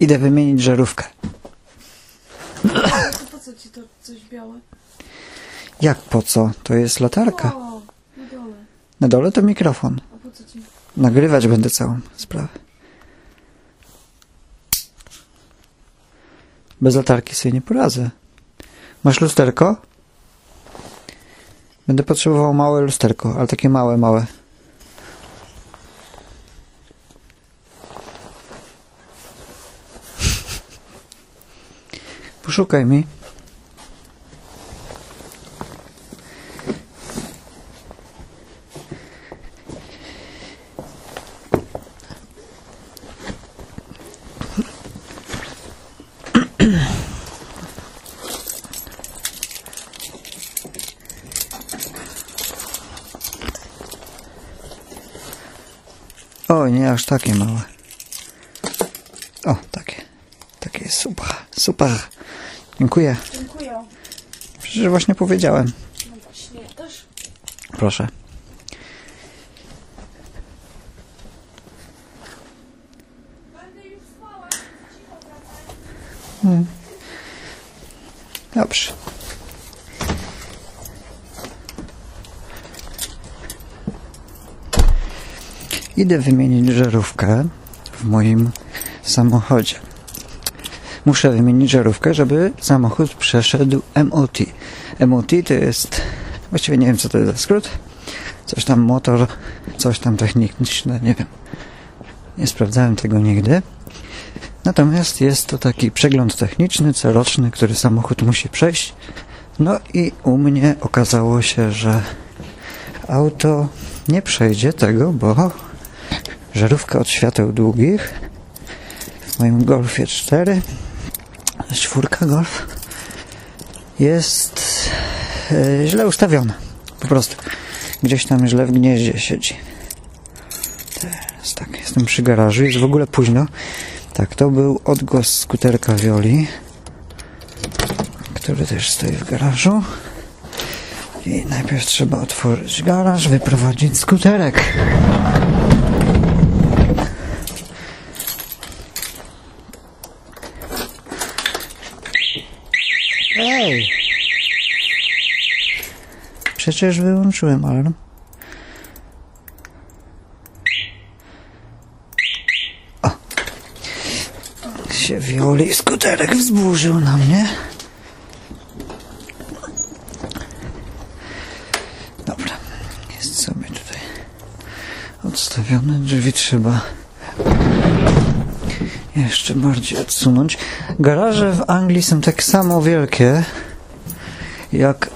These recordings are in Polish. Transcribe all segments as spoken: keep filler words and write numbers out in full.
Idę wymienić żarówkę. To po co ci to coś białe? Jak po co? To jest latarka. O, na dole. Na dole to mikrofon. A po co ci? Nagrywać będę całą sprawę. Bez latarki sobie nie poradzę. Masz lusterko? Będę potrzebował małe lusterko, ale takie małe, małe. Poszukaj mi. O, nie aż takie małe. O, takie. Takie super. Super. Dziękuję. Dziękuję. Przecież właśnie powiedziałem. No właśnie, też. Proszę. Będę już spała. Cicho wracaj. Hmm. Dobrze. Idę wymienić żarówkę w moim samochodzie. Muszę wymienić żarówkę, żeby samochód przeszedł M O T. M O T to jest, właściwie nie wiem co to jest za skrót, coś tam motor, coś tam techniczne, nie wiem. Nie sprawdzałem tego nigdy. Natomiast jest to taki przegląd techniczny, coroczny, który samochód musi przejść. No i u mnie okazało się, że auto nie przejdzie tego, bo żarówka od świateł długich w moim Golfie cztery, czwórka Golf, jest e, źle ustawiona. Po prostu gdzieś tam źle w gnieździe siedzi. Teraz tak, jestem przy garażu, jest w ogóle późno. Tak, to był odgłos skuterka Violi, który też stoi w garażu. I najpierw trzeba otworzyć garaż, wyprowadzić skuterek. Ej! Przecież wyłączyłem alarm. O! Się Violi skuterek wzburzył na mnie. Dobra. Jest sobie tutaj odstawione. Drzwi trzeba jeszcze bardziej odsunąć. Garaże w Anglii są tak samo wielkie jak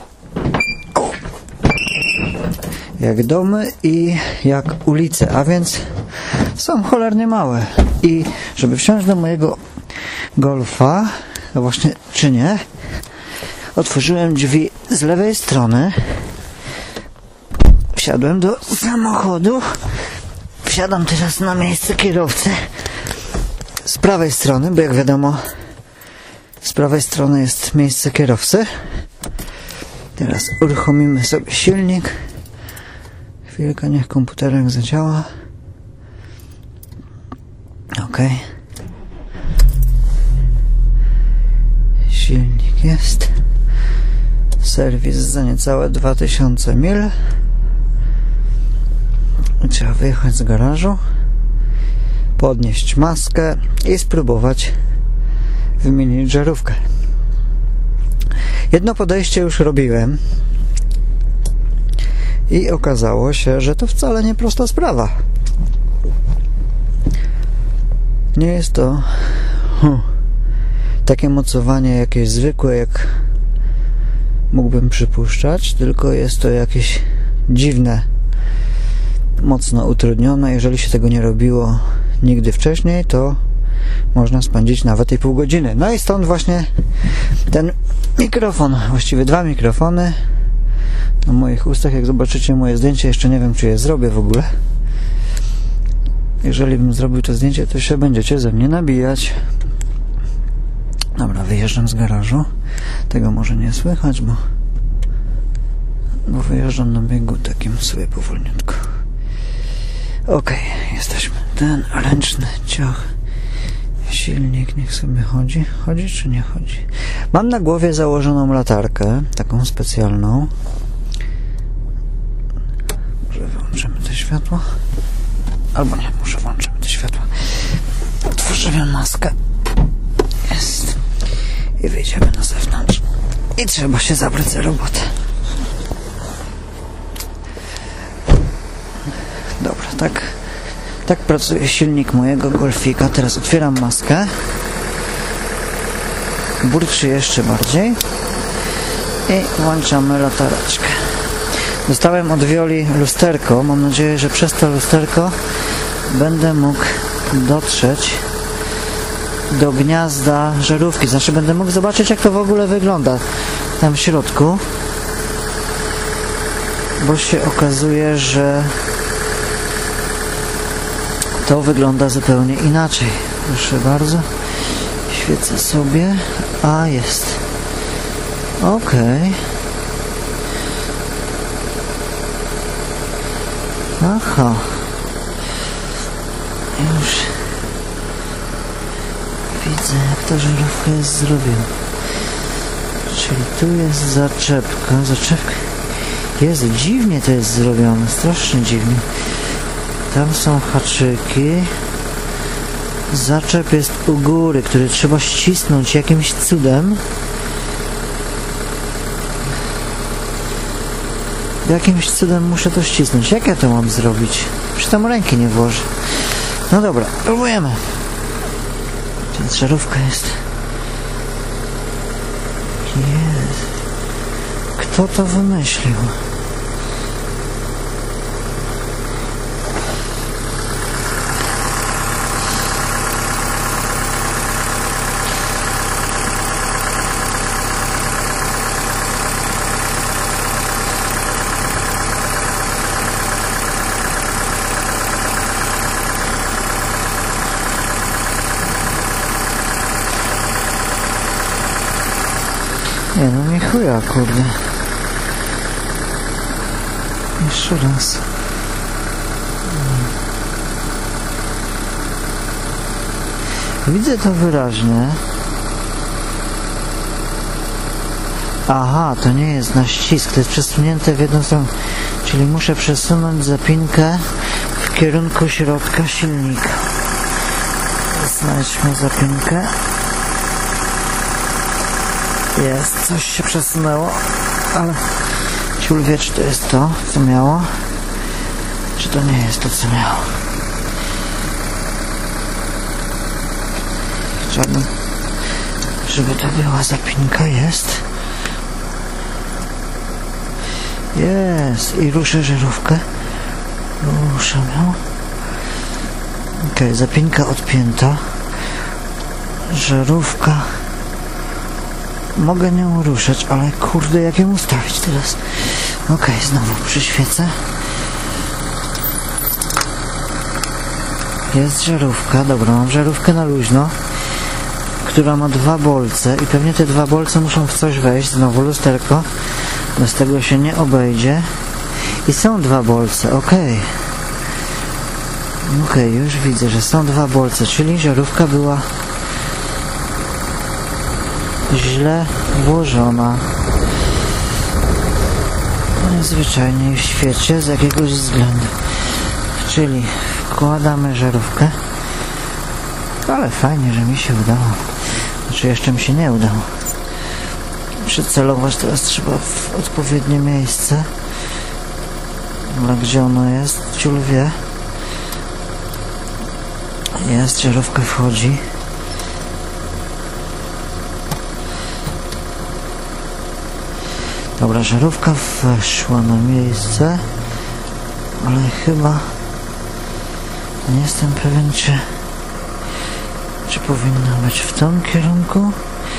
jak domy i jak ulice, a więc są cholernie małe. I żeby wsiąść do mojego Golfa, to właśnie czy nie, otworzyłem drzwi z lewej strony, wsiadłem do samochodu, wsiadam teraz na miejsce kierowcy z prawej strony, bo jak wiadomo z prawej strony jest miejsce kierowcy. Teraz uruchomimy sobie silnik. Chwilkę, niech komputerek zadziała. Ok. Silnik jest. Serwis za niecałe dwa tysiące mil. Trzeba wyjechać z garażu, podnieść maskę i spróbować wymienić żarówkę. Jedno podejście już robiłem i okazało się, że to wcale nie prosta sprawa. Nie jest to huh, takie mocowanie jakieś zwykłe, jak mógłbym przypuszczać, tylko jest to jakieś dziwne, mocno utrudnione. Jeżeli się tego nie robiło nigdy wcześniej, to można spędzić nawet i pół godziny. No i stąd właśnie ten mikrofon, właściwie dwa mikrofony na moich ustach. Jak zobaczycie moje zdjęcie, jeszcze nie wiem, czy je zrobię w ogóle. Jeżeli bym zrobił to zdjęcie, to się będziecie ze mnie nabijać. Dobra, wyjeżdżam z garażu. Tego może nie słychać, bo, bo wyjeżdżam na biegu takim sobie powolniutko. Ok, jesteśmy. Ten ręczny ciach Silnik niech sobie chodzi. Chodzi czy nie chodzi? Mam na głowie założoną latarkę, taką specjalną. Może wyłączymy to światło? Albo nie, może włączymy to światło. Otworzymy maskę. Jest. I wyjdziemy na zewnątrz. I trzeba się zabrać za robotę. Dobra, tak, tak pracuje silnik mojego Golfika. Teraz otwieram maskę. Burczy jeszcze bardziej. I włączamy latareczkę. Dostałem od Wioli lusterko. Mam nadzieję, że przez to lusterko będę mógł dotrzeć do gniazda żarówki. Znaczy będę mógł zobaczyć, jak to w ogóle wygląda tam w środku. Bo się okazuje, że to wygląda zupełnie inaczej. Proszę bardzo. Świecę sobie. A, jest. Okej. Okay. Aha. Już widzę, jak ta żarówka jest zrobiona. Czyli tu jest zaczepka. Zaczepka. Jezu, dziwnie to jest zrobione. Strasznie dziwnie. Tam są haczyki. Zaczep jest u góry, który trzeba ścisnąć jakimś cudem. Jakimś cudem muszę to ścisnąć. Jak ja to mam zrobić? Przecież tam ręki nie włożę. No dobra, próbujemy. Ta żarówka jest... Jest. Kto to wymyślił? Nie no, nie chuja, kurde. Jeszcze raz. Widzę to wyraźnie. Aha, to nie jest na ścisk, to jest przesunięte w jedną stronę. Czyli muszę przesunąć zapinkę w kierunku środka silnika. Znajdźmy zapinkę. Jest, coś się przesunęło, ale ciul wie, czy to jest to, co miało, czy to nie jest to, co miało. Chciałbym, żeby to była zapinka. Jest. Jest. I ruszę żarówkę. Ruszę ją. Ok, zapinka odpięta. Żarówka. Mogę nią ruszać, ale kurde, jak ją ustawić teraz? Ok, znowu przyświecę. Jest żarówka, dobra, mam żarówkę na luźno, która ma dwa bolce i pewnie te dwa bolce muszą w coś wejść. Znowu lusterko, bez tego się nie obejdzie. I są dwa bolce, ok. Ok, już widzę, że są dwa bolce, czyli żarówka była źle włożona. Najzwyczajniej w świecie z jakiegoś względu. Czyli wkładamy żarówkę. Ale fajnie, że mi się udało. Znaczy jeszcze mi się nie udało. Przycelować teraz trzeba w odpowiednie miejsce. Ale gdzie ono jest? Ciul wie. Jest, żarówka wchodzi. Dobra, żarówka weszła na miejsce, ale chyba nie jestem pewien, czy czy powinna być w tym kierunku.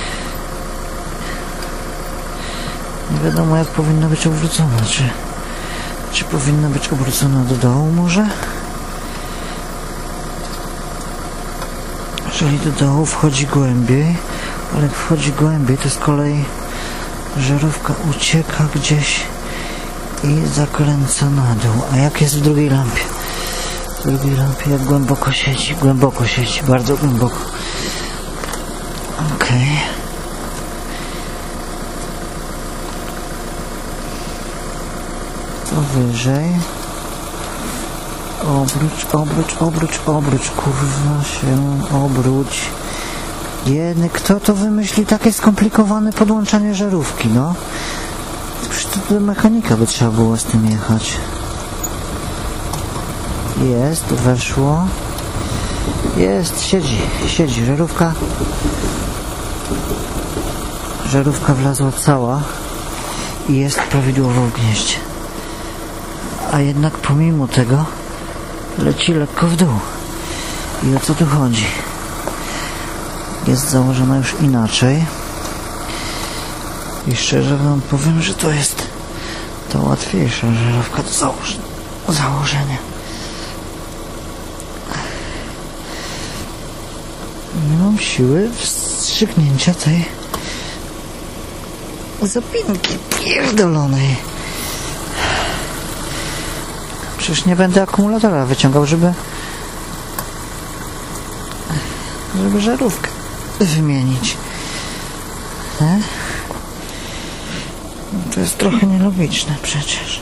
Nie wiadomo, jak powinna być obrócona. Czy, czy powinna być obrócona do dołu może? Jeżeli do dołu wchodzi głębiej, ale jak wchodzi głębiej, to z kolei żarówka ucieka gdzieś i zakręca na dół. A jak jest w drugiej lampie? W drugiej lampie jak głęboko siedzi, głęboko siedzi, bardzo głęboko. To wyżej. Obróć, obróć, obróć, obróć. Kurwa się obróć. Jedy, kto to wymyśli takie skomplikowane podłączanie żarówki, no? Przecież to do mechanika by trzeba było z tym jechać. Jest, weszło. Jest, siedzi, siedzi. Żarówka. Żarówka wlazła cała i jest prawidłowo w gnieździe. A jednak pomimo tego leci lekko w dół. I o co tu chodzi? Jest założona już inaczej. I szczerze wam powiem, że to jest to łatwiejsza żarówka do założenia. założenia. Nie mam siły wstrzyknięcia tej zapinki pierdolonej. Przecież nie będę akumulatora wyciągał, żeby żeby żarówkę wymienić. E? To jest trochę nielogiczne przecież.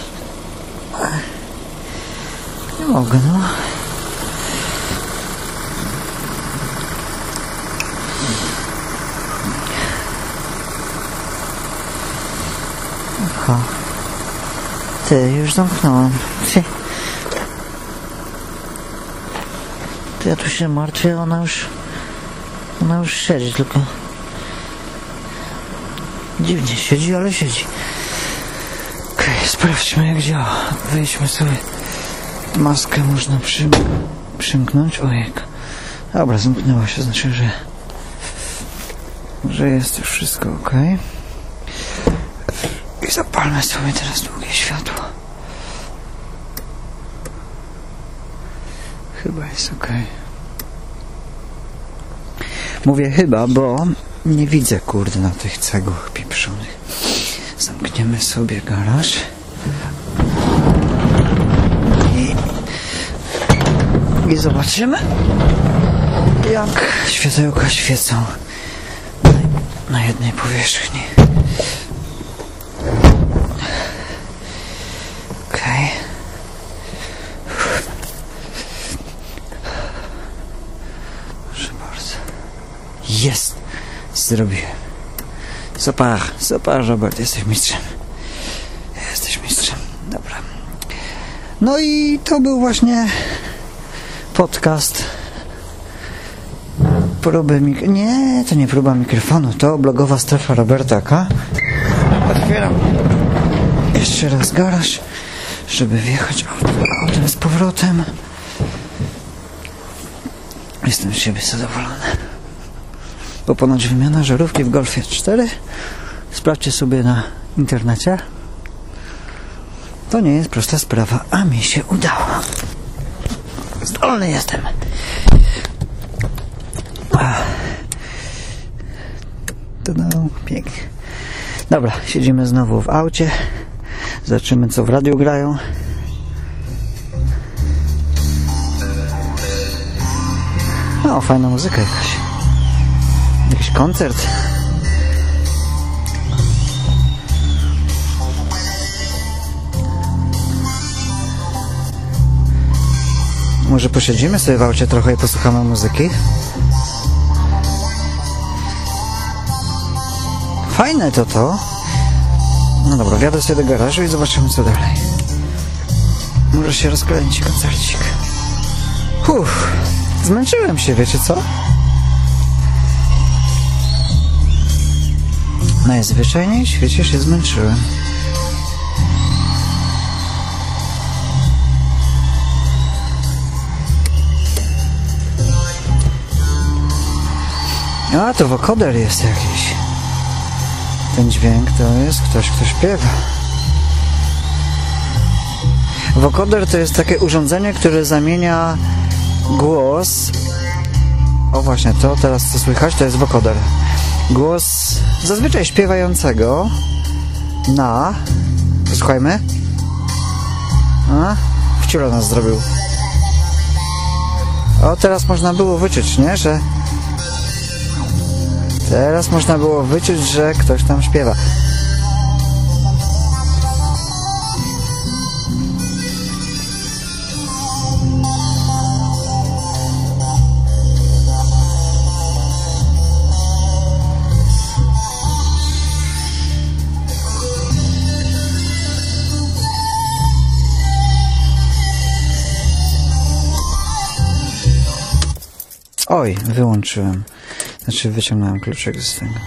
Nie mogę, no. Aha. Ty, już zamknąłem. Ty. Ty, ja tu się martwię, ona już ona już siedzi, tylko dziwnie siedzi, ale siedzi. Okej, okay, sprawdźmy jak działa. Wejdźmy sobie. Maskę można przym przymknąć. Ojej. Dobra, zamknęła się, znaczy, że że jest już wszystko ok. I zapalmy sobie teraz długie światło. Chyba jest ok. Mówię chyba, bo nie widzę, kurde, na tych cegłach pieprzonych. Zamkniemy sobie garaż. I, i zobaczymy, jak światełka świecą na, na jednej powierzchni. Okej. Okay. Proszę bardzo. Jest! Zrobiłem. Super, super, Robert, jesteś mistrzem. Jesteś mistrzem. Dobra. No i to był właśnie podcast próby mik... Nie, to nie próba mikrofonu, to blogowa strefa Roberta K. Otwieram jeszcze raz garaż, żeby wjechać autem z powrotem. Jestem z siebie zadowolony. Bo ponoć wymiana żarówki w Golfie cztery, sprawdźcie sobie na internecie, to nie jest prosta sprawa, a mi się udało. Zdolny jestem. To no, pięknie. Dobra, siedzimy znowu w aucie. Zobaczymy, co w radiu grają. O, fajna muzyka jakaś. Jakiś koncert. Może posiedzimy sobie w aucie trochę i posłuchamy muzyki? Fajne to to. No dobra, wjadę sobie do garażu i zobaczymy, co dalej. Może się rozkręci koncercik. Uff, zmęczyłem się, wiecie co? Najzwyczajniej w świecie się zmęczyłem. A, to wokoder jest jakiś. Ten dźwięk to jest ktoś, kto śpiewa. Wokoder to jest takie urządzenie, które zamienia głos... O właśnie, to teraz co słychać, to jest wokoder. Głos zazwyczaj śpiewającego na... Posłuchajmy. A? Wciula nas zrobił. O, teraz można było wyczuć, nie? Że... Teraz można było wyczuć, że ktoś tam śpiewa. Oj, wyłączyłem. Znaczy wyciągnąłem kluczyk z tego.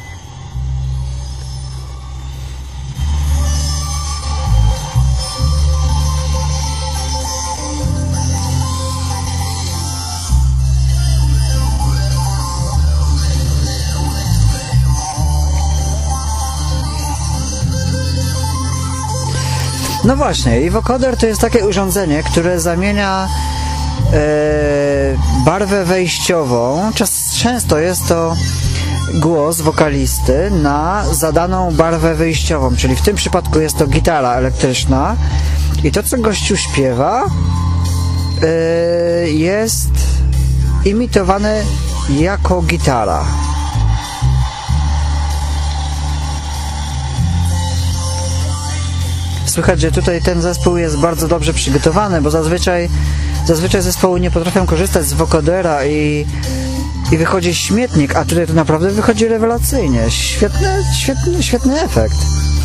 No właśnie, i vocoder to jest takie urządzenie, które zamienia e, barwę wejściową, czas, często jest to głos wokalisty na zadaną barwę wyjściową, czyli w tym przypadku jest to gitara elektryczna i to, co gościu śpiewa, e, jest imitowane jako gitara. Słychać, że tutaj ten zespół jest bardzo dobrze przygotowany, bo zazwyczaj zazwyczaj zespoły nie potrafią korzystać z vocodera i, i wychodzi śmietnik, a tutaj to naprawdę wychodzi rewelacyjnie. Świetny, świetny, świetny efekt.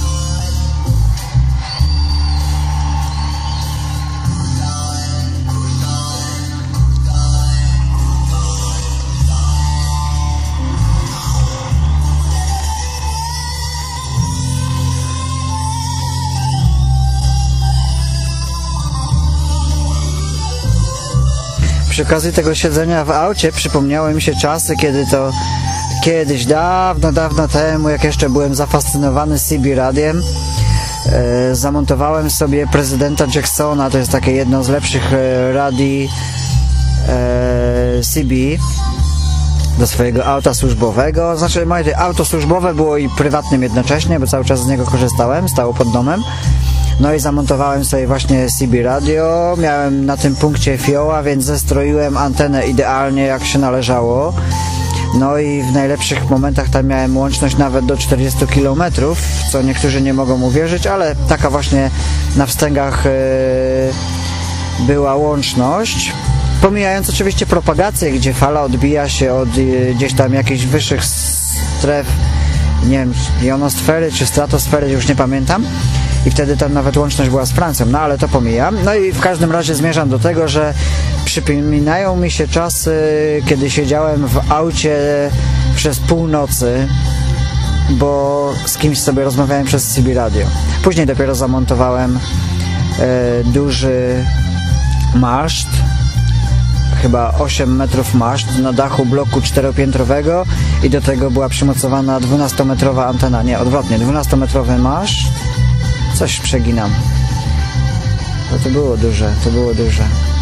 Przy okazji tego siedzenia w aucie przypomniały mi się czasy, kiedy to kiedyś, dawno, dawno temu, jak jeszcze byłem zafascynowany C B radiem, e, zamontowałem sobie prezydenta Jacksona, to jest takie jedno z lepszych e, radii e, C B, do swojego auta służbowego. Znaczy moje auto służbowe było i prywatnym jednocześnie, bo cały czas z niego korzystałem, stało pod domem. No i zamontowałem sobie właśnie C B radio, miałem na tym punkcie fioła, więc zestroiłem antenę idealnie, jak się należało. No i w najlepszych momentach tam miałem łączność nawet do czterdziestu kilometrów, co niektórzy nie mogą uwierzyć, ale taka właśnie na wstęgach yy, była łączność. Pomijając oczywiście propagację, gdzie fala odbija się od yy, gdzieś tam jakichś wyższych stref, nie wiem, jonosfery czy stratosfery, już nie pamiętam. I wtedy tam nawet łączność była z Francją, no ale to pomijam. No i w każdym razie zmierzam do tego, że przypominają mi się czasy, kiedy siedziałem w aucie przez północy, bo z kimś sobie rozmawiałem przez C B radio. Później dopiero zamontowałem e, duży maszt, chyba osiem metrów maszt na dachu bloku czteropiętrowego i do tego była przymocowana dwunastometrowa antena, nie, odwrotnie, dwunastometrowy maszt. Coś przeginam. No to było duże, to było duże.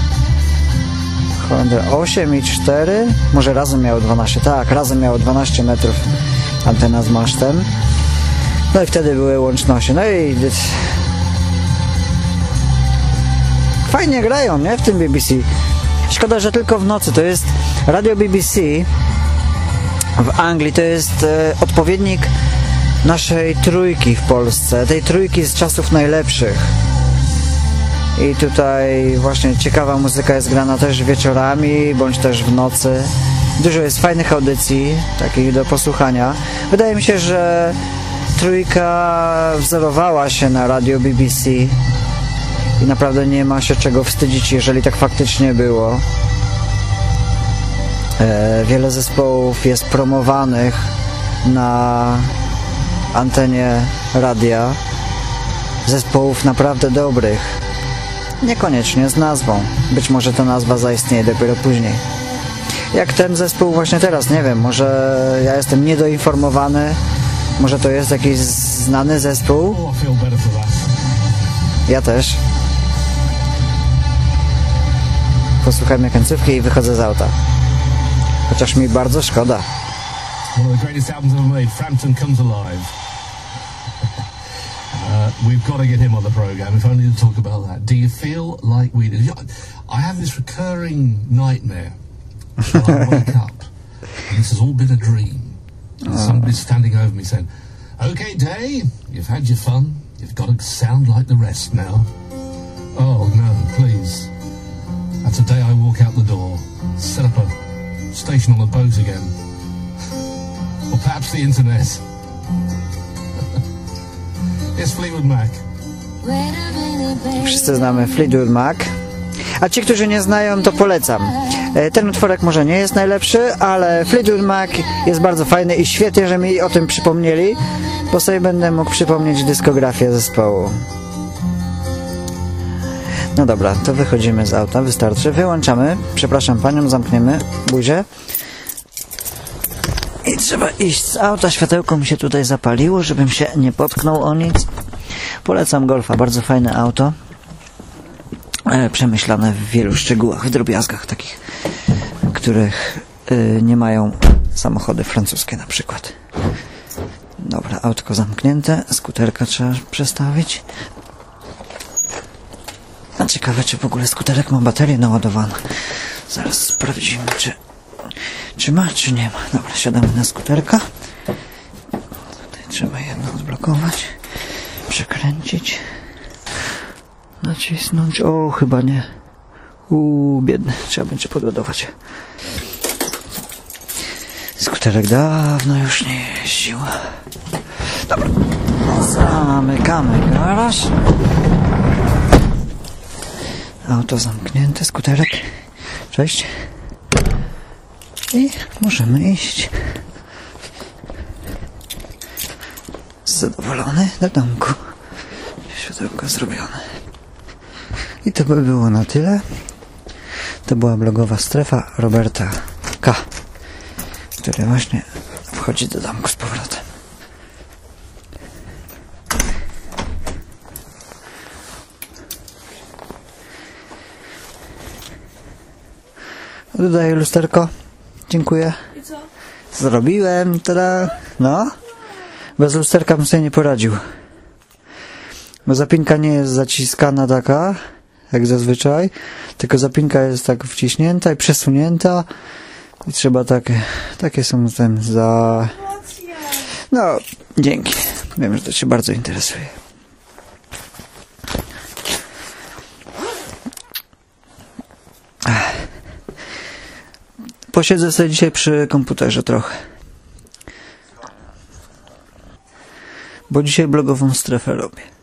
osiem i cztery, może razem miało dwanaście, tak, razem miało dwanaście metrów antena z masztem. No i wtedy były łączności. No i fajnie grają, nie? W tym B B C. Szkoda, że tylko w nocy. To jest radio B B C w Anglii, to jest e, odpowiednik naszej trójki w Polsce, tej trójki z czasów najlepszych. I tutaj właśnie ciekawa muzyka jest grana też wieczorami, bądź też w nocy. Dużo jest fajnych audycji, takich do posłuchania. Wydaje mi się, że trójka wzorowała się na radio B B C i naprawdę nie ma się czego wstydzić, jeżeli tak faktycznie było. E, wiele zespołów jest promowanych na antenie radia, zespołów naprawdę dobrych, niekoniecznie z nazwą, być może ta nazwa zaistnieje dopiero później, jak ten zespół właśnie teraz, nie wiem, może ja jestem niedoinformowany, może to jest jakiś znany zespół, ja też. Posłuchajmy końcówki i wychodzę z auta, chociaż mi bardzo szkoda. One of the greatest albums ever made, Frampton Comes Alive. uh, we've got to get him on the programme, if only to talk about that. Do you feel like we do? I have this recurring nightmare when I wake up, and this has all been a dream. And somebody's standing over me saying, "Okay, Day, you've had your fun. You've got to sound like the rest now." Oh, no, please. That's the day I walk out the door, set up a station on the boat again. Or perhaps the internet. Jest Fleetwood Mac. Wszyscy znamy Fleetwood Mac. A ci, którzy nie znają, to polecam. E, Ten utworek może nie jest najlepszy, ale Fleetwood Mac jest bardzo fajny i świetnie, że mi o tym przypomnieli, bo sobie będę mógł przypomnieć dyskografię zespołu. No dobra, to wychodzimy z auta, wystarczy. Wyłączamy. Przepraszam panią, zamkniemy buzię. I trzeba iść z auta. Światełko mi się tutaj zapaliło, żebym się nie potknął o nic. Polecam Golfa, bardzo fajne auto. E, przemyślane w wielu szczegółach, w drobiazgach takich, których y, nie mają samochody francuskie na przykład. Dobra, autko zamknięte. Skuterka trzeba przestawić. A ciekawe, czy w ogóle skuterek ma baterię naładowaną. Zaraz sprawdzimy, czy, czy ma, czy nie ma. Dobra, siadamy na skuterka. Tutaj trzeba jedno odblokować. Przekręcić. Nacisnąć. O, chyba nie. Uuu, biedny. Trzeba będzie podładować. Skuterek dawno już nie jeździł. Dobra. Zamykamy garaż. Auto zamknięte, skuterek. Cześć. I możemy iść. Zadowolony do domku. Światełko zrobione. I to by było na tyle. To była blogowa strefa Roberta K., który właśnie wchodzi do domku z powrotem. Dodaję lusterko. Dziękuję. I co? Zrobiłem. Tada. No. Bez lusterka bym sobie nie poradził. Bo zapinka nie jest zaciskana taka, jak zazwyczaj, tylko zapinka jest tak wciśnięta i przesunięta i trzeba takie, takie są ten za... No, dzięki. Wiem, że to Cię bardzo interesuje. Posiedzę sobie dzisiaj przy komputerze trochę. Bo dzisiaj blogową strefę robię.